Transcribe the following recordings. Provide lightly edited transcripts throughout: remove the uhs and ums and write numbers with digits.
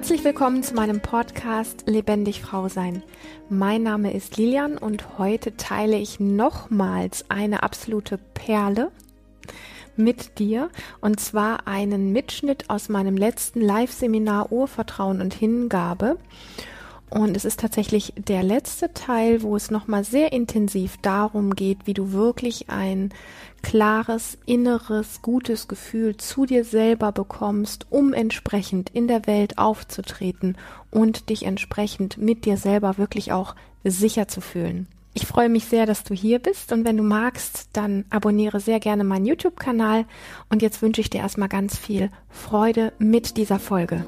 Herzlich willkommen zu meinem Podcast Lebendig Frau Sein. Mein Name ist Lilian und heute teile ich nochmals eine absolute Perle mit dir, und zwar einen Mitschnitt aus meinem letzten Live-Seminar Urvertrauen und Hingabe. Und es ist tatsächlich der letzte Teil, wo es nochmal sehr intensiv darum geht, wie du wirklich ein klares, inneres, gutes Gefühl zu dir selber bekommst, um entsprechend in der Welt aufzutreten und dich entsprechend mit dir selber wirklich auch sicher zu fühlen. Ich freue mich sehr, dass du hier bist, und wenn du magst, dann abonniere sehr gerne meinen YouTube-Kanal, und jetzt wünsche ich dir erstmal ganz viel Freude mit dieser Folge.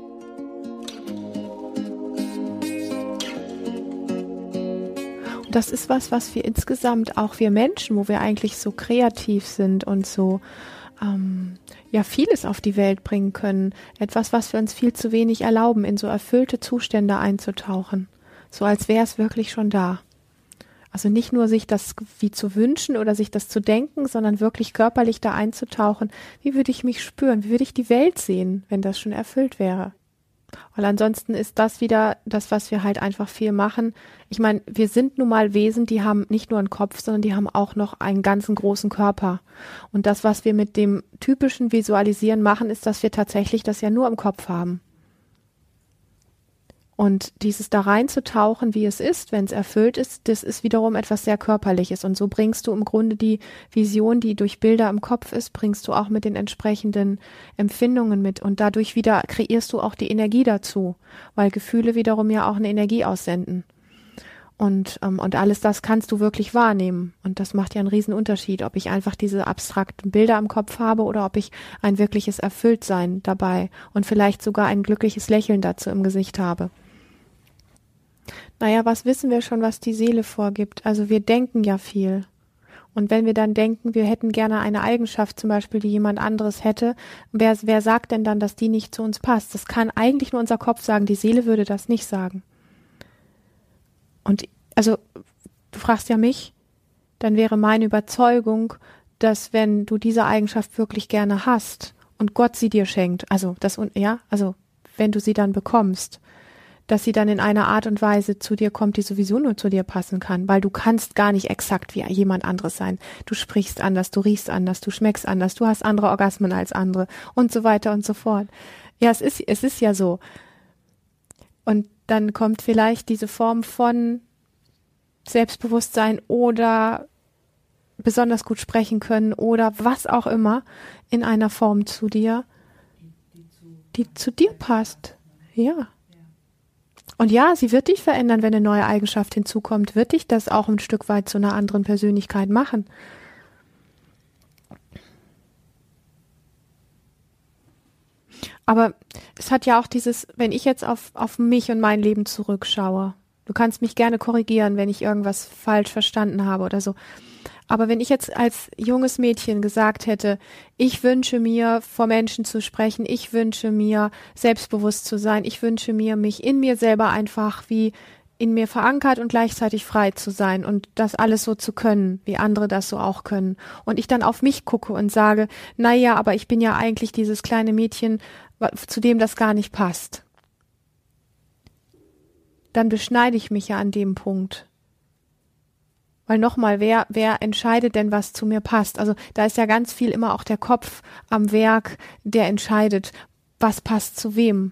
Das ist was wir insgesamt, auch wir Menschen, wo wir eigentlich so kreativ sind und so vieles auf die Welt bringen können. Etwas, was wir uns viel zu wenig erlauben, in so erfüllte Zustände einzutauchen. So als wäre es wirklich schon da. Also nicht nur sich das wie zu wünschen oder sich das zu denken, sondern wirklich körperlich da einzutauchen. Wie würde ich mich spüren? Wie würde ich die Welt sehen, wenn das schon erfüllt wäre? Weil ansonsten ist das wieder das, was wir halt einfach viel machen. Ich meine, wir sind nun mal Wesen, die haben nicht nur einen Kopf, sondern die haben auch noch einen ganzen großen Körper. Und das, was wir mit dem typischen Visualisieren machen, ist, dass wir tatsächlich das ja nur im Kopf haben. Und dieses da reinzutauchen, wie es ist, wenn es erfüllt ist, das ist wiederum etwas sehr Körperliches. Und so bringst du im Grunde die Vision, die durch Bilder im Kopf ist, bringst du auch mit den entsprechenden Empfindungen mit. Und dadurch wieder kreierst du auch die Energie dazu, weil Gefühle wiederum ja auch eine Energie aussenden. Und alles das kannst du wirklich wahrnehmen. Und das macht ja einen riesen Unterschied, ob ich einfach diese abstrakten Bilder im Kopf habe oder ob ich ein wirkliches Erfülltsein dabei und vielleicht sogar ein glückliches Lächeln dazu im Gesicht habe. Naja, was wissen wir schon, was die Seele vorgibt? Also wir denken ja viel. Und wenn wir dann denken, wir hätten gerne eine Eigenschaft zum Beispiel, die jemand anderes hätte, wer sagt denn dann, dass die nicht zu uns passt? Das kann eigentlich nur unser Kopf sagen, die Seele würde das nicht sagen. Und also, du fragst ja mich, dann wäre meine Überzeugung, dass wenn du diese Eigenschaft wirklich gerne hast und Gott sie dir schenkt, also wenn du sie dann bekommst, dass sie dann in einer Art und Weise zu dir kommt, die sowieso nur zu dir passen kann, weil du kannst gar nicht exakt wie jemand anderes sein. Du sprichst anders, du riechst anders, du schmeckst anders, du hast andere Orgasmen als andere und so weiter und so fort. Ja, es ist ja so. Und dann kommt vielleicht diese Form von Selbstbewusstsein oder besonders gut sprechen können oder was auch immer in einer Form zu dir, die zu dir passt. Ja. Und ja, sie wird dich verändern, wenn eine neue Eigenschaft hinzukommt, wird dich das auch ein Stück weit zu einer anderen Persönlichkeit machen. Aber es hat ja auch dieses, wenn ich jetzt auf mich und mein Leben zurückschaue, du kannst mich gerne korrigieren, wenn ich irgendwas falsch verstanden habe oder so. Aber wenn ich jetzt als junges Mädchen gesagt hätte, ich wünsche mir, vor Menschen zu sprechen, ich wünsche mir, selbstbewusst zu sein, ich wünsche mir, mich in mir selber einfach wie in mir verankert und gleichzeitig frei zu sein und das alles so zu können, wie andere das so auch können. Und ich dann auf mich gucke und sage, naja, aber ich bin ja eigentlich dieses kleine Mädchen, zu dem das gar nicht passt. Dann beschneide ich mich ja an dem Punkt. Weil nochmal, wer entscheidet denn, was zu mir passt? Also da ist ja ganz viel immer auch der Kopf am Werk, der entscheidet, was passt zu wem.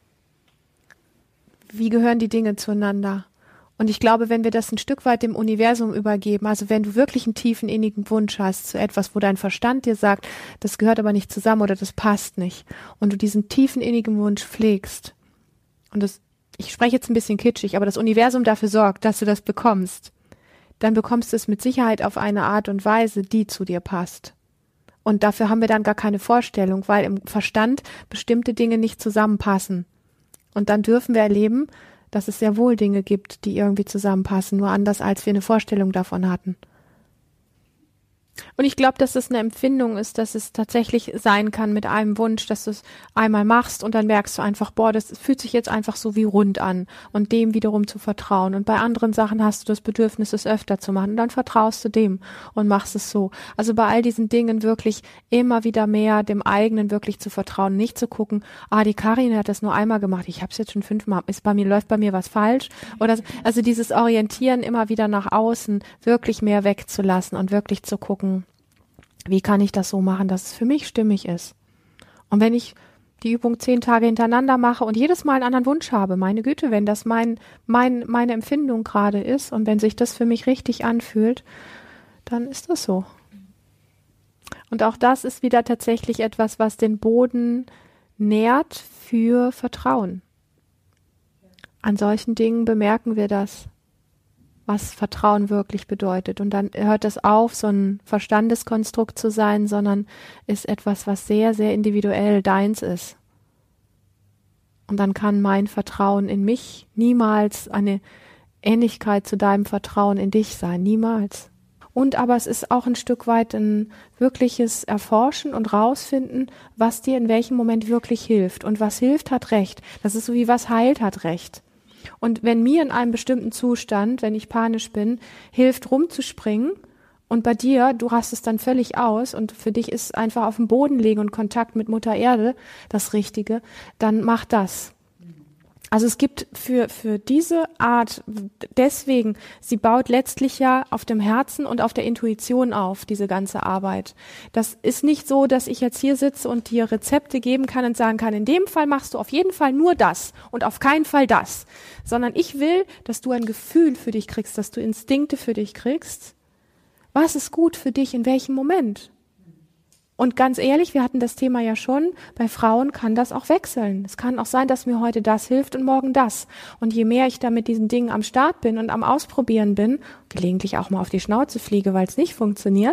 Wie gehören die Dinge zueinander? Und ich glaube, wenn wir das ein Stück weit dem Universum übergeben, also wenn du wirklich einen tiefen, innigen Wunsch hast zu etwas, wo dein Verstand dir sagt, das gehört aber nicht zusammen oder das passt nicht, und du diesen tiefen, innigen Wunsch pflegst, und ich spreche jetzt ein bisschen kitschig, aber das Universum dafür sorgt, dass du das bekommst, dann bekommst du es mit Sicherheit auf eine Art und Weise, die zu dir passt. Und dafür haben wir dann gar keine Vorstellung, weil im Verstand bestimmte Dinge nicht zusammenpassen. Und dann dürfen wir erleben, dass es sehr wohl Dinge gibt, die irgendwie zusammenpassen, nur anders, als wir eine Vorstellung davon hatten. Und ich glaube, dass es eine Empfindung ist, dass es tatsächlich sein kann mit einem Wunsch, dass du es einmal machst und dann merkst du einfach, boah, das fühlt sich jetzt einfach so wie rund an und dem wiederum zu vertrauen. Und bei anderen Sachen hast du das Bedürfnis, es öfter zu machen und dann vertraust du dem und machst es so. Also bei all diesen Dingen wirklich immer wieder mehr dem eigenen wirklich zu vertrauen, nicht zu gucken, die Karin hat das nur einmal gemacht, ich habe es jetzt schon 5-mal, läuft bei mir was falsch? Oder also dieses Orientieren immer wieder nach außen, wirklich mehr wegzulassen und wirklich zu gucken, wie kann ich das so machen, dass es für mich stimmig ist? Und wenn ich die Übung 10 Tage hintereinander mache und jedes Mal einen anderen Wunsch habe, meine Güte, wenn das meine Empfindung gerade ist und wenn sich das für mich richtig anfühlt, dann ist das so. Und auch das ist wieder tatsächlich etwas, was den Boden nährt für Vertrauen. An solchen Dingen bemerken wir das, was Vertrauen wirklich bedeutet. Und dann hört das auf, so ein Verstandeskonstrukt zu sein, sondern ist etwas, was sehr, sehr individuell deins ist. Und dann kann mein Vertrauen in mich niemals eine Ähnlichkeit zu deinem Vertrauen in dich sein. Niemals. Und aber es ist auch ein Stück weit ein wirkliches Erforschen und Rausfinden, was dir in welchem Moment wirklich hilft. Und was hilft, hat Recht. Das ist so wie was heilt, hat Recht. Und wenn mir in einem bestimmten Zustand, wenn ich panisch bin, hilft rumzuspringen und bei dir, du hast es dann völlig aus und für dich ist einfach auf dem Boden liegen und Kontakt mit Mutter Erde das Richtige, dann mach das. Also es gibt für diese Art, deswegen, sie baut letztlich ja auf dem Herzen und auf der Intuition auf, diese ganze Arbeit. Das ist nicht so, dass ich jetzt hier sitze und dir Rezepte geben kann und sagen kann, in dem Fall machst du auf jeden Fall nur das und auf keinen Fall das, sondern ich will, dass du ein Gefühl für dich kriegst, dass du Instinkte für dich kriegst. Was ist gut für dich in welchem Moment? Und ganz ehrlich, wir hatten das Thema ja schon, bei Frauen kann das auch wechseln. Es kann auch sein, dass mir heute das hilft und morgen das. Und je mehr ich da mit diesen Dingen am Start bin und am Ausprobieren bin, gelegentlich auch mal auf die Schnauze fliege, weil es nicht funktioniert,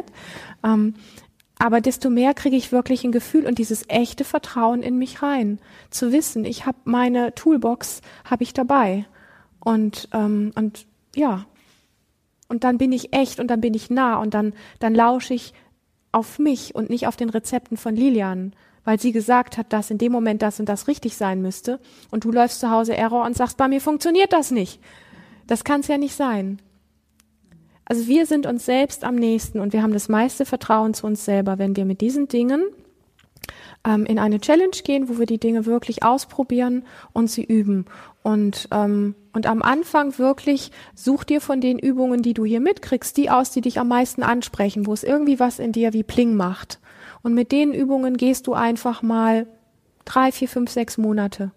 aber desto mehr kriege ich wirklich ein Gefühl und dieses echte Vertrauen in mich rein. Zu wissen, ich habe meine Toolbox, habe ich dabei. Und ja, und dann bin ich echt und dann bin ich nah und dann lausche ich auf mich und nicht auf den Rezepten von Lilian, weil sie gesagt hat, dass in dem Moment das und das richtig sein müsste und du läufst zu Hause Error und sagst, bei mir funktioniert das nicht. Das kann es ja nicht sein. Also wir sind uns selbst am nächsten und wir haben das meiste Vertrauen zu uns selber, wenn wir mit diesen Dingen in eine Challenge gehen, wo wir die Dinge wirklich ausprobieren und sie üben. Und am Anfang wirklich such dir von den Übungen, die du hier mitkriegst, die aus, die dich am meisten ansprechen, wo es irgendwie was in dir wie Pling macht. Und mit den Übungen gehst du einfach mal 3, 4, 5, 6 Monate.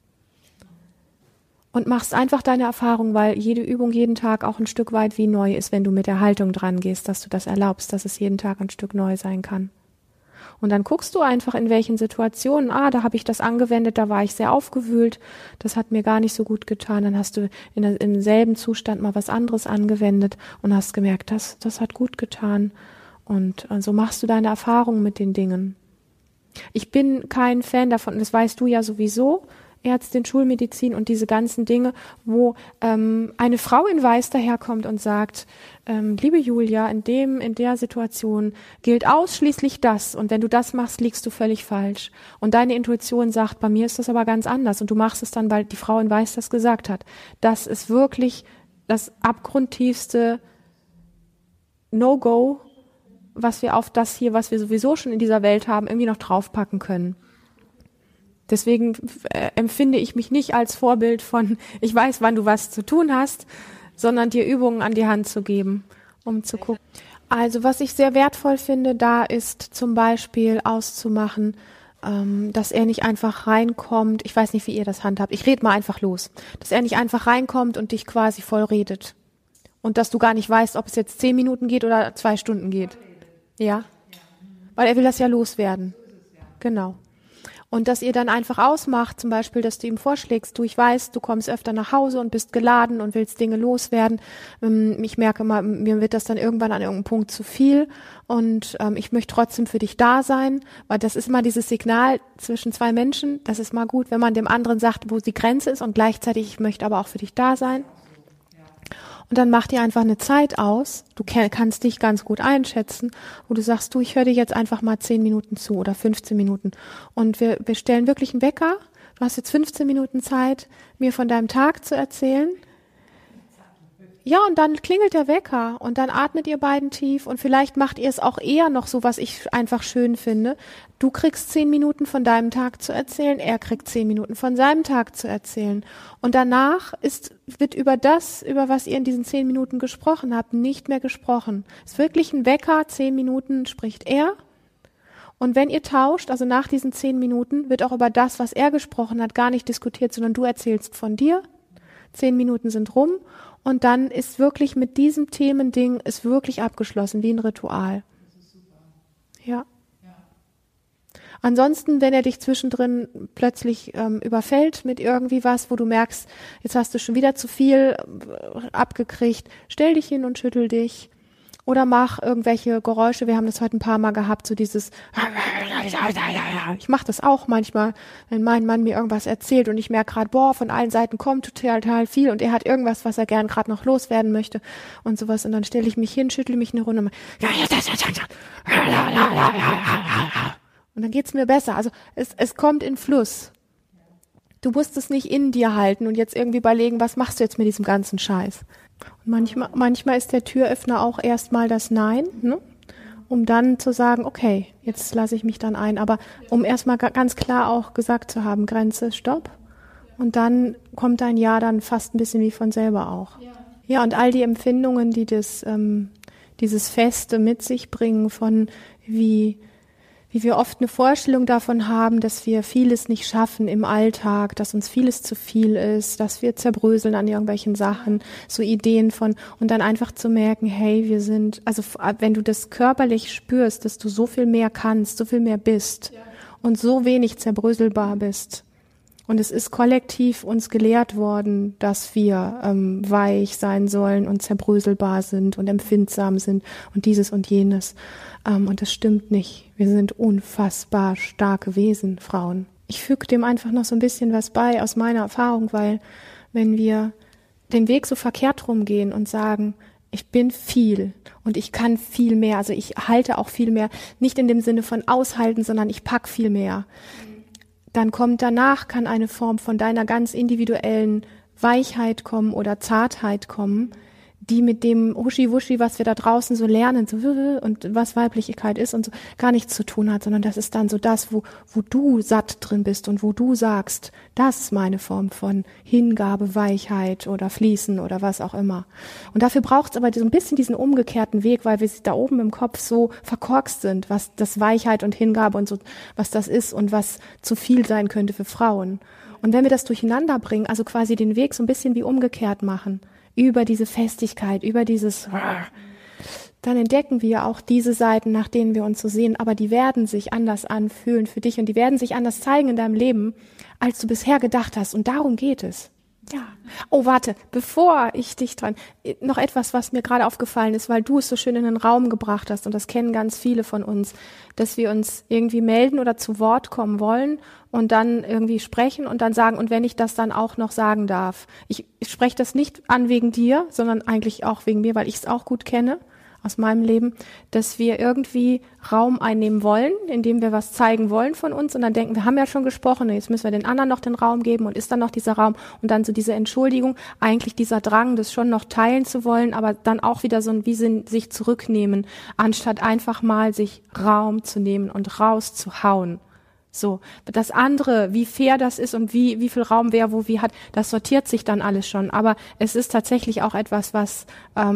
Und machst einfach deine Erfahrung, weil jede Übung jeden Tag auch ein Stück weit wie neu ist, wenn du mit der Haltung dran gehst, dass du das erlaubst, dass es jeden Tag ein Stück neu sein kann. Und dann guckst du einfach, in welchen Situationen, da habe ich das angewendet, da war ich sehr aufgewühlt, das hat mir gar nicht so gut getan. Dann hast du im selben Zustand mal was anderes angewendet und hast gemerkt, das hat gut getan. Und so machst du deine Erfahrungen mit den Dingen. Ich bin kein Fan davon, das weißt du ja sowieso, Ärztin, Schulmedizin und diese ganzen Dinge, wo eine Frau in Weiß daherkommt und sagt, liebe Julia, in der Situation gilt ausschließlich das und wenn du das machst, liegst du völlig falsch. Und deine Intuition sagt, bei mir ist das aber ganz anders und du machst es dann, weil die Frau in Weiß das gesagt hat. Das ist wirklich das abgrundtiefste No-Go, was wir auf das hier, was wir sowieso schon in dieser Welt haben, irgendwie noch draufpacken können. Deswegen empfinde ich mich nicht als Vorbild von, ich weiß, wann du was zu tun hast, sondern dir Übungen an die Hand zu geben, um zu gucken. Also was ich sehr wertvoll finde, da ist zum Beispiel auszumachen, dass er nicht einfach reinkommt, ich weiß nicht, wie ihr das handhabt, ich rede mal einfach los, dass er nicht einfach reinkommt und dich quasi voll redet und dass du gar nicht weißt, ob es jetzt 10 Minuten geht oder 2 Stunden geht. Ja? Weil er will das ja loswerden. Genau. Und dass ihr dann einfach ausmacht, zum Beispiel, dass du ihm vorschlägst, ich weiß, du kommst öfter nach Hause und bist geladen und willst Dinge loswerden. Ich merke mal, mir wird das dann irgendwann an irgendeinem Punkt zu viel und ich möchte trotzdem für dich da sein, weil das ist immer dieses Signal zwischen 2 Menschen, das ist mal gut, wenn man dem anderen sagt, wo die Grenze ist und gleichzeitig, ich möchte aber auch für dich da sein. Und dann mach dir einfach eine Zeit aus. Du kannst dich ganz gut einschätzen, wo du sagst, du, ich höre dir jetzt einfach mal 10 Minuten zu oder 15 Minuten. Und wir stellen wirklich einen Wecker. Du hast jetzt 15 Minuten Zeit, mir von deinem Tag zu erzählen. Ja, und dann klingelt der Wecker und dann atmet ihr beiden tief und vielleicht macht ihr es auch eher noch so, was ich einfach schön finde. Du kriegst 10 Minuten von deinem Tag zu erzählen, er kriegt 10 Minuten von seinem Tag zu erzählen. Und danach wird über das, über was ihr in diesen 10 Minuten gesprochen habt, nicht mehr gesprochen. Es ist wirklich ein Wecker, 10 Minuten spricht er. Und wenn ihr tauscht, also nach diesen 10 Minuten, wird auch über das, was er gesprochen hat, gar nicht diskutiert, sondern du erzählst von dir. 10 Minuten sind rum. Und dann ist wirklich mit diesem Themending ist wirklich abgeschlossen, wie ein Ritual. Das ist super. Ja. Ansonsten, wenn er dich zwischendrin plötzlich überfällt mit irgendwie was, wo du merkst, jetzt hast du schon wieder zu viel abgekriegt, stell dich hin und schüttel dich. Oder mach irgendwelche Geräusche, wir haben das heute ein paar Mal gehabt, so dieses ich mache das auch manchmal, wenn mein Mann mir irgendwas erzählt und ich merke gerade, von allen Seiten kommt total viel und er hat irgendwas, was er gern gerade noch loswerden möchte und sowas und dann stelle ich mich hin, schüttle mich eine Runde und dann geht's mir besser. Also es kommt in Fluss. Du musst es nicht in dir halten und jetzt irgendwie überlegen, was machst du jetzt mit diesem ganzen Scheiß? Und manchmal ist der Türöffner auch erstmal das Nein, ne? Um dann zu sagen, okay, jetzt lasse ich mich dann ein. Aber um erstmal ganz klar auch gesagt zu haben, Grenze, Stopp. Und dann kommt ein Ja dann fast ein bisschen wie von selber auch. Ja, und all die Empfindungen, die dieses Feste mit sich bringen, von wie wir oft eine Vorstellung davon haben, dass wir vieles nicht schaffen im Alltag, dass uns vieles zu viel ist, dass wir zerbröseln an irgendwelchen Sachen, so Ideen von, und dann einfach zu merken, hey, wir sind, also wenn du das körperlich spürst, dass du so viel mehr kannst, so viel mehr bist und so wenig zerbröselbar bist. Und es ist kollektiv uns gelehrt worden, dass wir weich sein sollen und zerbröselbar sind und empfindsam sind und dieses und jenes. Und das stimmt nicht. Wir sind unfassbar starke Wesen, Frauen. Ich füge dem einfach noch so ein bisschen was bei aus meiner Erfahrung, weil wenn wir den Weg so verkehrt rumgehen und sagen, ich bin viel und ich kann viel mehr, also ich halte auch viel mehr, nicht in dem Sinne von aushalten, sondern ich pack viel mehr. Dann kann eine Form von deiner ganz individuellen Weichheit kommen oder Zartheit kommen, die mit dem Huschi-Wuschi, was wir da draußen so lernen, so und was Weiblichkeit ist und so, gar nichts zu tun hat, sondern das ist dann so das, wo du satt drin bist und wo du sagst, das ist meine Form von Hingabe, Weichheit oder Fließen oder was auch immer. Und dafür braucht es aber so ein bisschen diesen umgekehrten Weg, weil wir da oben im Kopf so verkorkst sind, was das Weichheit und Hingabe und so, was das ist und was zu viel sein könnte für Frauen. Und wenn wir das durcheinander bringen, also quasi den Weg so ein bisschen wie umgekehrt machen, über diese Festigkeit, über dieses, dann entdecken wir auch diese Seiten, nach denen wir uns so sehen, aber die werden sich anders anfühlen für dich und die werden sich anders zeigen in deinem Leben, als du bisher gedacht hast. Und darum geht es. Ja. Oh, warte, bevor ich dich noch etwas, was mir gerade aufgefallen ist, weil du es so schön in den Raum gebracht hast und das kennen ganz viele von uns, dass wir uns irgendwie melden oder zu Wort kommen wollen und dann irgendwie sprechen und dann sagen, und wenn ich das dann auch noch sagen darf. Ich spreche das nicht an wegen dir, sondern eigentlich auch wegen mir, weil ich es auch gut kenne aus meinem Leben, dass wir irgendwie Raum einnehmen wollen, indem wir was zeigen wollen von uns und dann denken, wir haben ja schon gesprochen, jetzt müssen wir den anderen noch den Raum geben und ist dann noch dieser Raum und dann so diese Entschuldigung, eigentlich dieser Drang, das schon noch teilen zu wollen, aber dann auch wieder so ein sich zurücknehmen, anstatt einfach mal sich Raum zu nehmen und rauszuhauen. So, das andere, wie fair das ist und wie viel Raum wer wo wie hat, das sortiert sich dann alles schon. Aber es ist tatsächlich auch etwas, was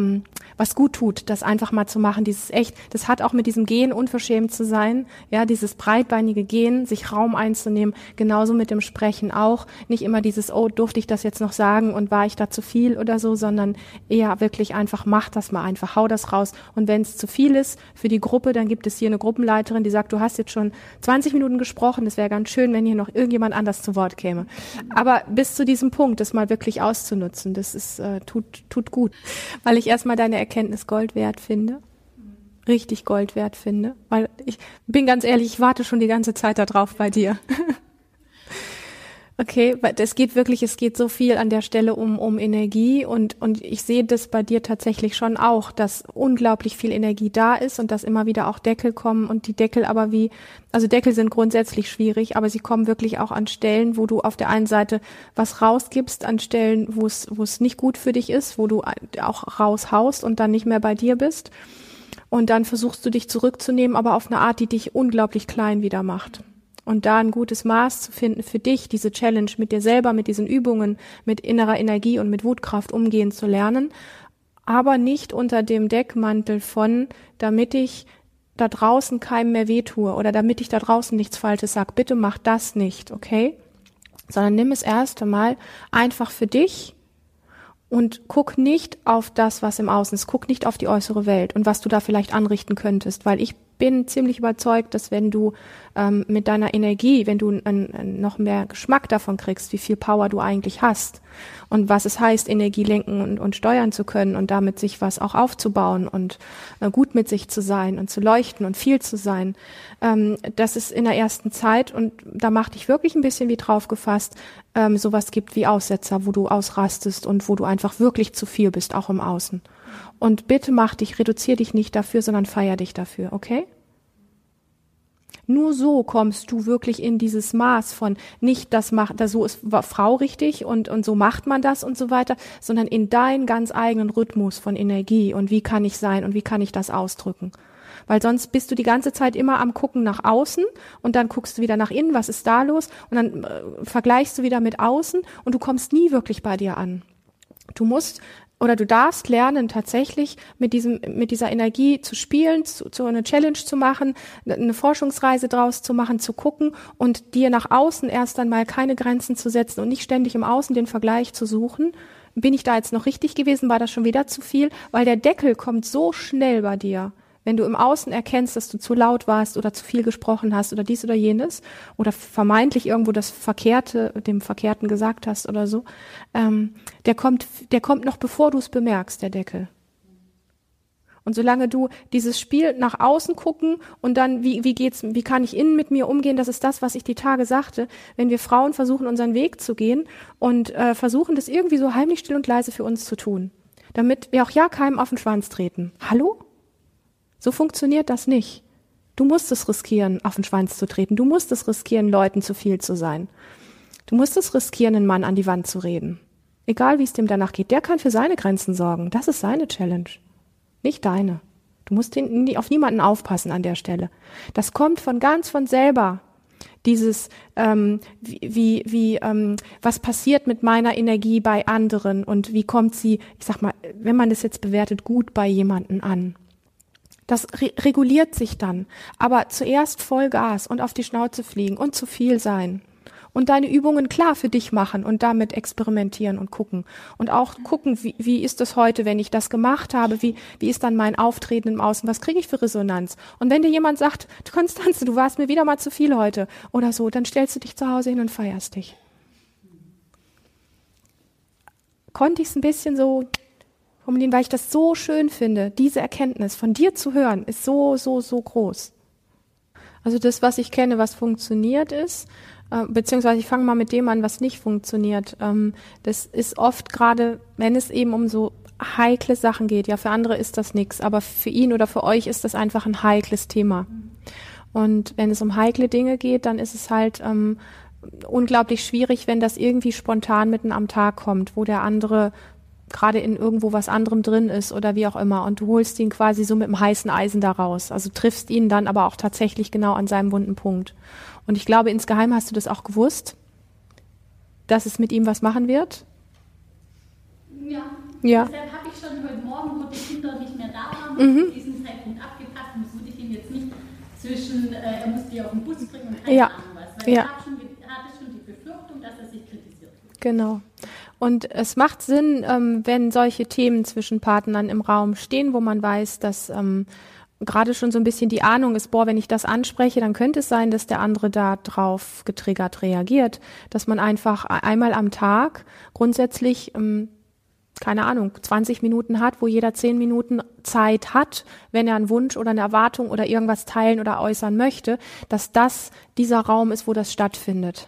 gut tut, das einfach mal zu machen. Das hat auch mit diesem Gehen unverschämt zu sein, ja, dieses breitbeinige Gehen, sich Raum einzunehmen, genauso mit dem Sprechen auch. Nicht immer dieses, oh, durfte ich das jetzt noch sagen und war ich da zu viel oder so, sondern eher wirklich einfach, mach das mal einfach, hau das raus. Und wenn es zu viel ist für die Gruppe, dann gibt es hier eine Gruppenleiterin, die sagt, du hast jetzt schon 20 Minuten gesprochen, das wäre ganz schön, wenn hier noch irgendjemand anders zu Wort käme. Aber bis zu diesem Punkt, das mal wirklich auszunutzen, das ist tut gut. Weil ich erstmal deine Erkenntnis Gold wert finde. Richtig Gold wert finde. Weil ich bin ganz ehrlich, ich warte schon die ganze Zeit da drauf bei dir. Okay, weil es geht so viel an der Stelle um Energie und ich sehe das bei dir tatsächlich schon auch, dass unglaublich viel Energie da ist und dass immer wieder auch Deckel kommen und die Deckel aber also Deckel sind grundsätzlich schwierig, aber sie kommen wirklich auch an Stellen, wo du auf der einen Seite was rausgibst, an Stellen, wo es nicht gut für dich ist, wo du auch raushaust und dann nicht mehr bei dir bist und dann versuchst du dich zurückzunehmen, aber auf eine Art, die dich unglaublich klein wieder macht. Und da ein gutes Maß zu finden für dich, diese Challenge mit dir selber, mit diesen Übungen, mit innerer Energie und mit Wutkraft umgehen zu lernen, aber nicht unter dem Deckmantel von, damit ich da draußen keinem mehr wehtue oder damit ich da draußen nichts Falsches sage, bitte mach das nicht, okay? Sondern nimm es erst einmal einfach für dich und guck nicht auf das, was im Außen ist, guck nicht auf die äußere Welt und was du da vielleicht anrichten könntest, weil ich bin ziemlich überzeugt, dass wenn du mit deiner Energie, wenn du noch mehr Geschmack davon kriegst, wie viel Power du eigentlich hast und was es heißt, Energie lenken und steuern zu können und damit sich was auch aufzubauen und gut mit sich zu sein und zu leuchten und viel zu sein, dass es in der ersten Zeit, und da mach dich wirklich ein bisschen wie drauf gefasst, sowas gibt wie Aussetzer, wo du ausrastest und wo du einfach wirklich zu viel bist, auch im Außen. Und bitte reduzier dich nicht dafür, sondern feier dich dafür, okay? Nur so kommst du wirklich in dieses Maß von nicht so ist Frau richtig und so macht man das und so weiter, sondern in deinen ganz eigenen Rhythmus von Energie und wie kann ich sein und wie kann ich das ausdrücken. Weil sonst bist du die ganze Zeit immer am Gucken nach außen und dann guckst du wieder nach innen, was ist da los? Und dann vergleichst du wieder mit außen und du kommst nie wirklich bei dir an. Du darfst lernen, tatsächlich mit dieser Energie zu spielen, zu eine Challenge zu machen, eine Forschungsreise draus zu machen, zu gucken und dir nach außen erst einmal keine Grenzen zu setzen und nicht ständig im Außen den Vergleich zu suchen. Bin ich da jetzt noch richtig gewesen? War das schon wieder zu viel? Weil der Deckel kommt so schnell bei dir. Wenn du im Außen erkennst, dass du zu laut warst oder zu viel gesprochen hast oder dies oder jenes oder vermeintlich irgendwo dem Verkehrten gesagt hast oder so, der kommt noch bevor du es bemerkst, der Deckel. Und solange du dieses Spiel nach außen gucken und dann, wie kann ich innen mit mir umgehen, das ist das, was ich die Tage sagte, wenn wir Frauen versuchen, unseren Weg zu gehen und versuchen, das irgendwie so heimlich still und leise für uns zu tun, damit wir auch ja keinem auf den Schwanz treten. Hallo? So funktioniert das nicht. Du musst es riskieren, auf den Schwanz zu treten. Du musst es riskieren, Leuten zu viel zu sein. Du musst es riskieren, einen Mann an die Wand zu reden. Egal, wie es dem danach geht. Der kann für seine Grenzen sorgen. Das ist seine Challenge. Nicht deine. Du musst auf niemanden aufpassen an der Stelle. Das kommt von selber. Dieses, was passiert mit meiner Energie bei anderen und wie kommt sie, ich sag mal, wenn man das jetzt bewertet, gut bei jemanden an. Das reguliert sich dann. Aber zuerst Vollgas und auf die Schnauze fliegen und zu viel sein. Und deine Übungen klar für dich machen und damit experimentieren und gucken. Und auch gucken, wie ist das heute, wenn ich das gemacht habe? Wie ist dann mein Auftreten im Außen? Was kriege ich für Resonanz? Und wenn dir jemand sagt, Konstanze, du warst mir wieder mal zu viel heute oder so, dann stellst du dich zu Hause hin und feierst dich. Konnte ich es ein bisschen so formulieren, weil ich das so schön finde, diese Erkenntnis von dir zu hören, ist so, so, so groß. Also das, was ich kenne, was funktioniert ist, beziehungsweise ich fange mal mit dem an, was nicht funktioniert. Das ist oft gerade, wenn es eben um so heikle Sachen geht, ja, für andere ist das nichts, aber für ihn oder für euch ist das einfach ein heikles Thema. Und wenn es um heikle Dinge geht, dann ist es halt unglaublich schwierig, wenn das irgendwie spontan mitten am Tag kommt, wo der andere gerade in irgendwo was anderem drin ist oder wie auch immer und du holst ihn quasi so mit dem heißen Eisen da raus. Also triffst ihn dann aber auch tatsächlich genau an seinem wunden Punkt. Und ich glaube, insgeheim hast du das auch gewusst, dass es mit ihm was machen wird? Ja. Deshalb habe ich schon heute Morgen, wo die Kinder nicht mehr da waren, diesen Zeitpunkt abgepasst und das würde ich ihm jetzt nicht er muss die auf den Bus bringen und keine Ahnung was. Weil ich hatte schon die Befürchtung, dass er sich kritisiert wird. Genau. Und es macht Sinn, wenn solche Themen zwischen Partnern im Raum stehen, wo man weiß, dass gerade schon so ein bisschen die Ahnung ist, wenn ich das anspreche, dann könnte es sein, dass der andere da drauf getriggert reagiert, dass man einfach einmal am Tag grundsätzlich, 20 Minuten hat, wo jeder 10 Minuten Zeit hat, wenn er einen Wunsch oder eine Erwartung oder irgendwas teilen oder äußern möchte, dass das dieser Raum ist, wo das stattfindet.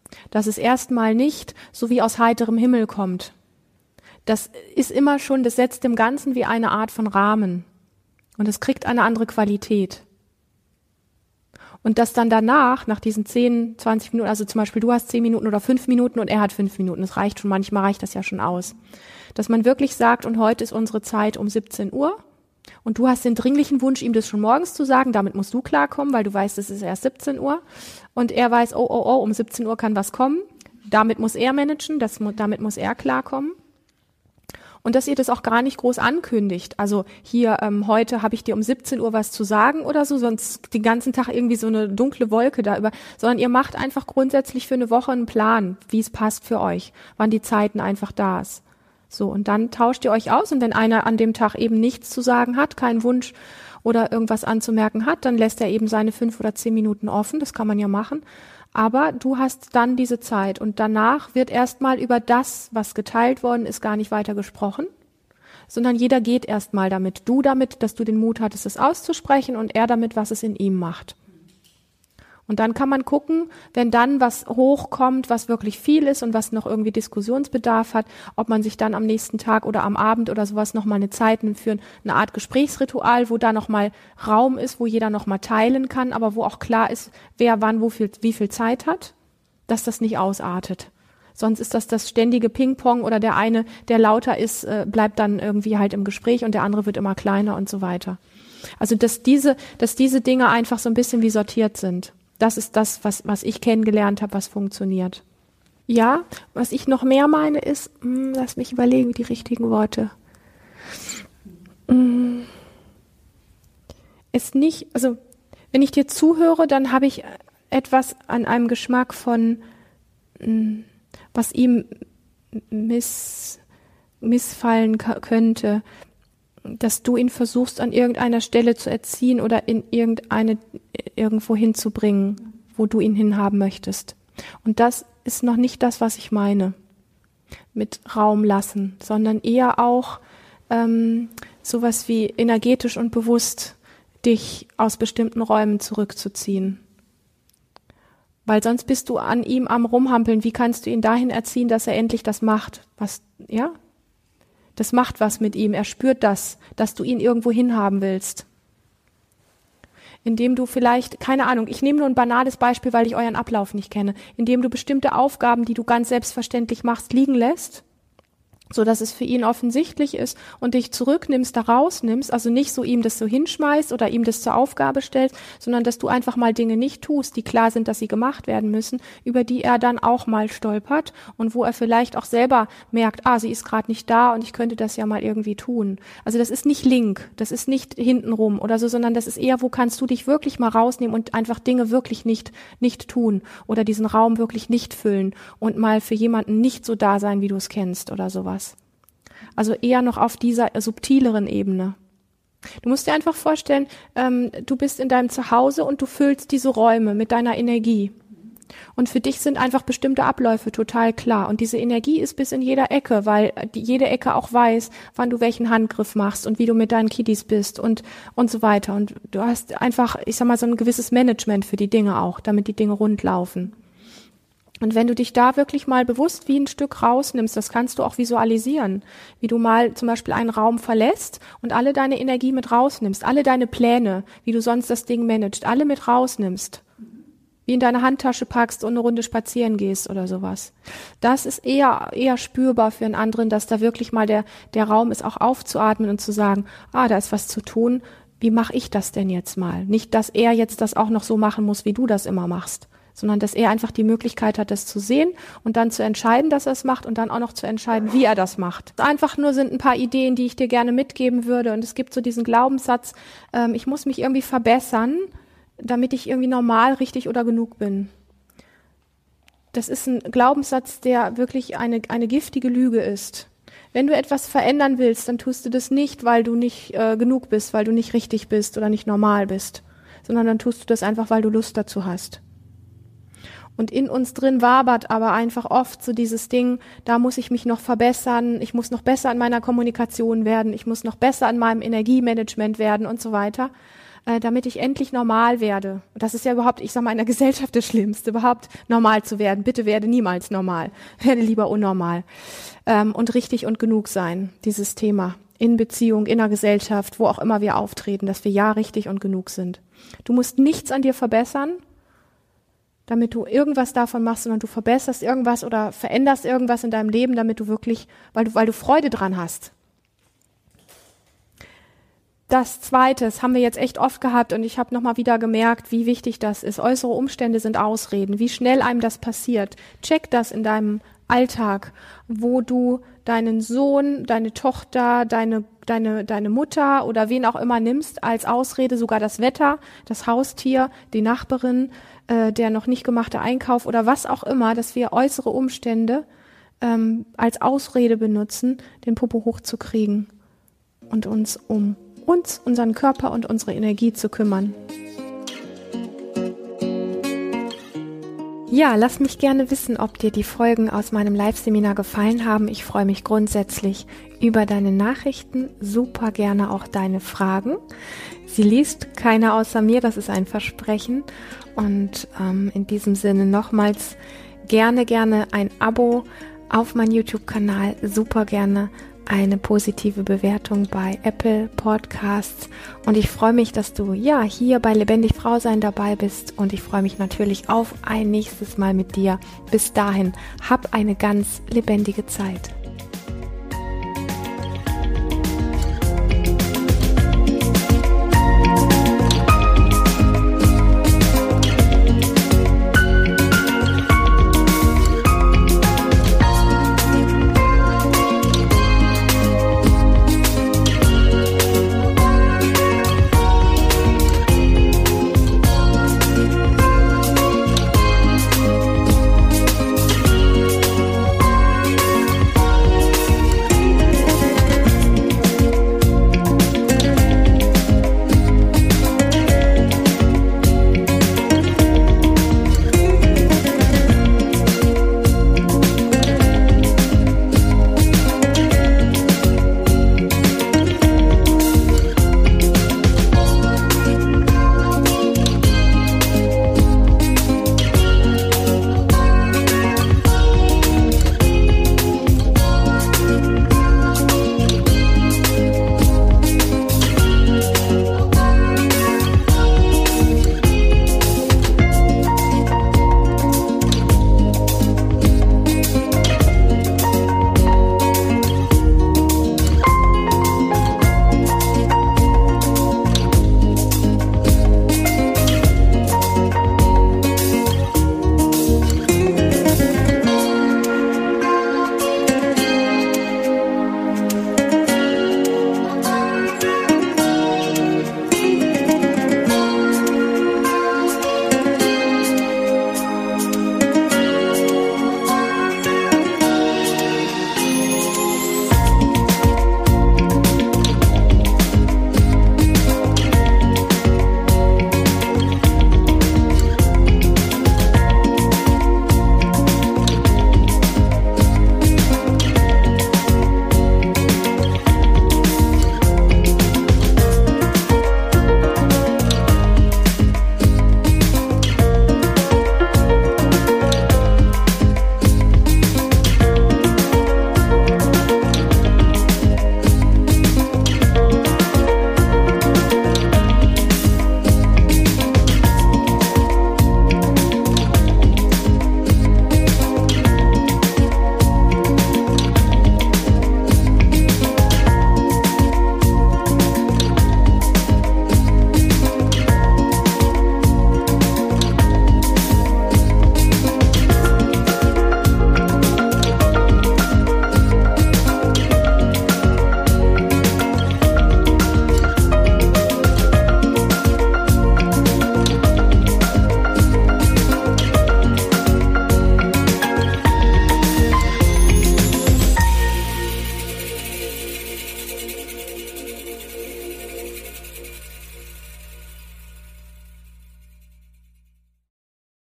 Dass es erstmal nicht so wie aus heiterem Himmel kommt. Das ist immer schon, das setzt dem Ganzen wie eine Art von Rahmen. Und es kriegt eine andere Qualität. Und dass dann danach, nach diesen 10, 20 Minuten, also zum Beispiel du hast 10 Minuten oder 5 Minuten und er hat 5 Minuten, das reicht schon, manchmal reicht das ja schon aus. Dass man wirklich sagt, und heute ist unsere Zeit um 17 Uhr und du hast den dringlichen Wunsch, ihm das schon morgens zu sagen, damit musst du klarkommen, weil du weißt, es ist erst 17 Uhr und er weiß, oh, um 17 Uhr kann was kommen, damit muss er managen, damit muss er klarkommen. Und dass ihr das auch gar nicht groß ankündigt. Also hier, heute habe ich dir um 17 Uhr was zu sagen oder so, sonst den ganzen Tag irgendwie so eine dunkle Wolke da über, sondern ihr macht einfach grundsätzlich für eine Woche einen Plan, wie es passt für euch, wann die Zeiten einfach da ist. So, und dann tauscht ihr euch aus und wenn einer an dem Tag eben nichts zu sagen hat, keinen Wunsch oder irgendwas anzumerken hat, dann lässt er eben seine 5 oder 10 Minuten offen, das kann man ja machen. Aber du hast dann diese Zeit und danach wird erstmal über das, was geteilt worden ist, gar nicht weiter gesprochen, sondern jeder geht erstmal damit. Du damit, dass du den Mut hattest, es auszusprechen und er damit, was es in ihm macht. Und dann kann man gucken, wenn dann was hochkommt, was wirklich viel ist und was noch irgendwie Diskussionsbedarf hat, ob man sich dann am nächsten Tag oder am Abend oder sowas nochmal eine Zeit nimmt für eine Art Gesprächsritual, wo da nochmal Raum ist, wo jeder nochmal teilen kann, aber wo auch klar ist, wer wann wie viel Zeit hat, dass das nicht ausartet. Sonst ist das ständige Ping-Pong oder der eine, der lauter ist, bleibt dann irgendwie halt im Gespräch und der andere wird immer kleiner und so weiter. Also dass diese Dinge einfach so ein bisschen wie sortiert sind. Das ist das, was ich kennengelernt habe, was funktioniert. Ja, was ich noch mehr meine ist, lass mich überlegen, die richtigen Worte. Es nicht, also wenn ich dir zuhöre, dann habe ich etwas an einem Geschmack von, was ihm missfallen könnte, dass du ihn versuchst, an irgendeiner Stelle zu erziehen oder in irgendwo hinzubringen, wo du ihn hinhaben möchtest. Und das ist noch nicht das, was ich meine mit Raum lassen, sondern eher auch sowas wie energetisch und bewusst dich aus bestimmten Räumen zurückzuziehen. Weil sonst bist du an ihm am Rumhampeln. Wie kannst du ihn dahin erziehen, dass er endlich das macht? Das macht was mit ihm. Er spürt das, dass du ihn irgendwo hinhaben willst. Indem du vielleicht, keine Ahnung, ich nehme nur ein banales Beispiel, weil ich euren Ablauf nicht kenne, indem du bestimmte Aufgaben, die du ganz selbstverständlich machst, liegen lässt, so dass es für ihn offensichtlich ist und dich zurücknimmst, da rausnimmst, also nicht so ihm das so hinschmeißt oder ihm das zur Aufgabe stellst, sondern dass du einfach mal Dinge nicht tust, die klar sind, dass sie gemacht werden müssen, über die er dann auch mal stolpert und wo er vielleicht auch selber merkt, sie ist gerade nicht da und ich könnte das ja mal irgendwie tun. Also das ist nicht Link, das ist nicht hintenrum oder so, sondern das ist eher, wo kannst du dich wirklich mal rausnehmen und einfach Dinge wirklich nicht tun oder diesen Raum wirklich nicht füllen und mal für jemanden nicht so da sein, wie du es kennst oder sowas. Also eher noch auf dieser subtileren Ebene. Du musst dir einfach vorstellen, du bist in deinem Zuhause und du füllst diese Räume mit deiner Energie. Und für dich sind einfach bestimmte Abläufe total klar. Und diese Energie ist bis in jeder Ecke, weil jede Ecke auch weiß, wann du welchen Handgriff machst und wie du mit deinen Kiddies bist und so weiter. Und du hast einfach, ich sag mal, so ein gewisses Management für die Dinge auch, damit die Dinge rund laufen. Und wenn du dich da wirklich mal bewusst wie ein Stück rausnimmst, das kannst du auch visualisieren, wie du mal zum Beispiel einen Raum verlässt und alle deine Energie mit rausnimmst, alle deine Pläne, wie du sonst das Ding managst, alle mit rausnimmst, wie in deine Handtasche packst und eine Runde spazieren gehst oder sowas. Das ist eher spürbar für einen anderen, dass da wirklich mal der Raum ist, auch aufzuatmen und zu sagen, da ist was zu tun, wie mache ich das denn jetzt mal? Nicht, dass er jetzt das auch noch so machen muss, wie du das immer machst, sondern dass er einfach die Möglichkeit hat, das zu sehen und dann zu entscheiden, dass er es macht und dann auch noch zu entscheiden, wie er das macht. Einfach nur sind ein paar Ideen, die ich dir gerne mitgeben würde. Und es gibt so diesen Glaubenssatz, ich muss mich irgendwie verbessern, damit ich irgendwie normal, richtig oder genug bin. Das ist ein Glaubenssatz, der wirklich eine giftige Lüge ist. Wenn du etwas verändern willst, dann tust du das nicht, weil du nicht genug bist, weil du nicht richtig bist oder nicht normal bist, sondern dann tust du das einfach, weil du Lust dazu hast. Und in uns drin wabert aber einfach oft so dieses Ding, da muss ich mich noch verbessern, ich muss noch besser an meiner Kommunikation werden, ich muss noch besser an meinem Energiemanagement werden und so weiter. damit ich endlich normal werde. Und das ist ja überhaupt, ich sag mal, in der Gesellschaft das Schlimmste, überhaupt normal zu werden. Bitte werde niemals normal. Werde lieber unnormal. Und richtig und genug sein, dieses Thema. In Beziehung, in der Gesellschaft, wo auch immer wir auftreten, dass wir ja richtig und genug sind. Du musst nichts an dir verbessern, damit du irgendwas davon machst, sondern du verbesserst irgendwas oder veränderst irgendwas in deinem Leben, damit du wirklich, weil du Freude dran hast. Das Zweite, das haben wir jetzt echt oft gehabt und ich habe nochmal wieder gemerkt, wie wichtig das ist. Äußere Umstände sind Ausreden, wie schnell einem das passiert. Check das in deinem Alltag, wo du deinen Sohn, deine Tochter, deine Mutter oder wen auch immer nimmst als Ausrede, sogar das Wetter, das Haustier, die Nachbarin, der noch nicht gemachte Einkauf oder was auch immer, dass wir äußere Umstände als Ausrede benutzen, den Popo hochzukriegen und uns um unseren Körper und unsere Energie zu kümmern. Ja, lass mich gerne wissen, ob dir die Folgen aus meinem Live-Seminar gefallen haben. Ich freue mich grundsätzlich über deine Nachrichten, super gerne auch deine Fragen. Sie liest keiner außer mir, das ist ein Versprechen. Und in diesem Sinne nochmals gerne ein Abo auf meinen YouTube-Kanal, super gerne eine positive Bewertung bei Apple Podcasts und ich freue mich, dass du hier bei Lebendig Frau sein dabei bist und ich freue mich natürlich auf ein nächstes Mal mit dir. Bis dahin, hab eine ganz lebendige Zeit.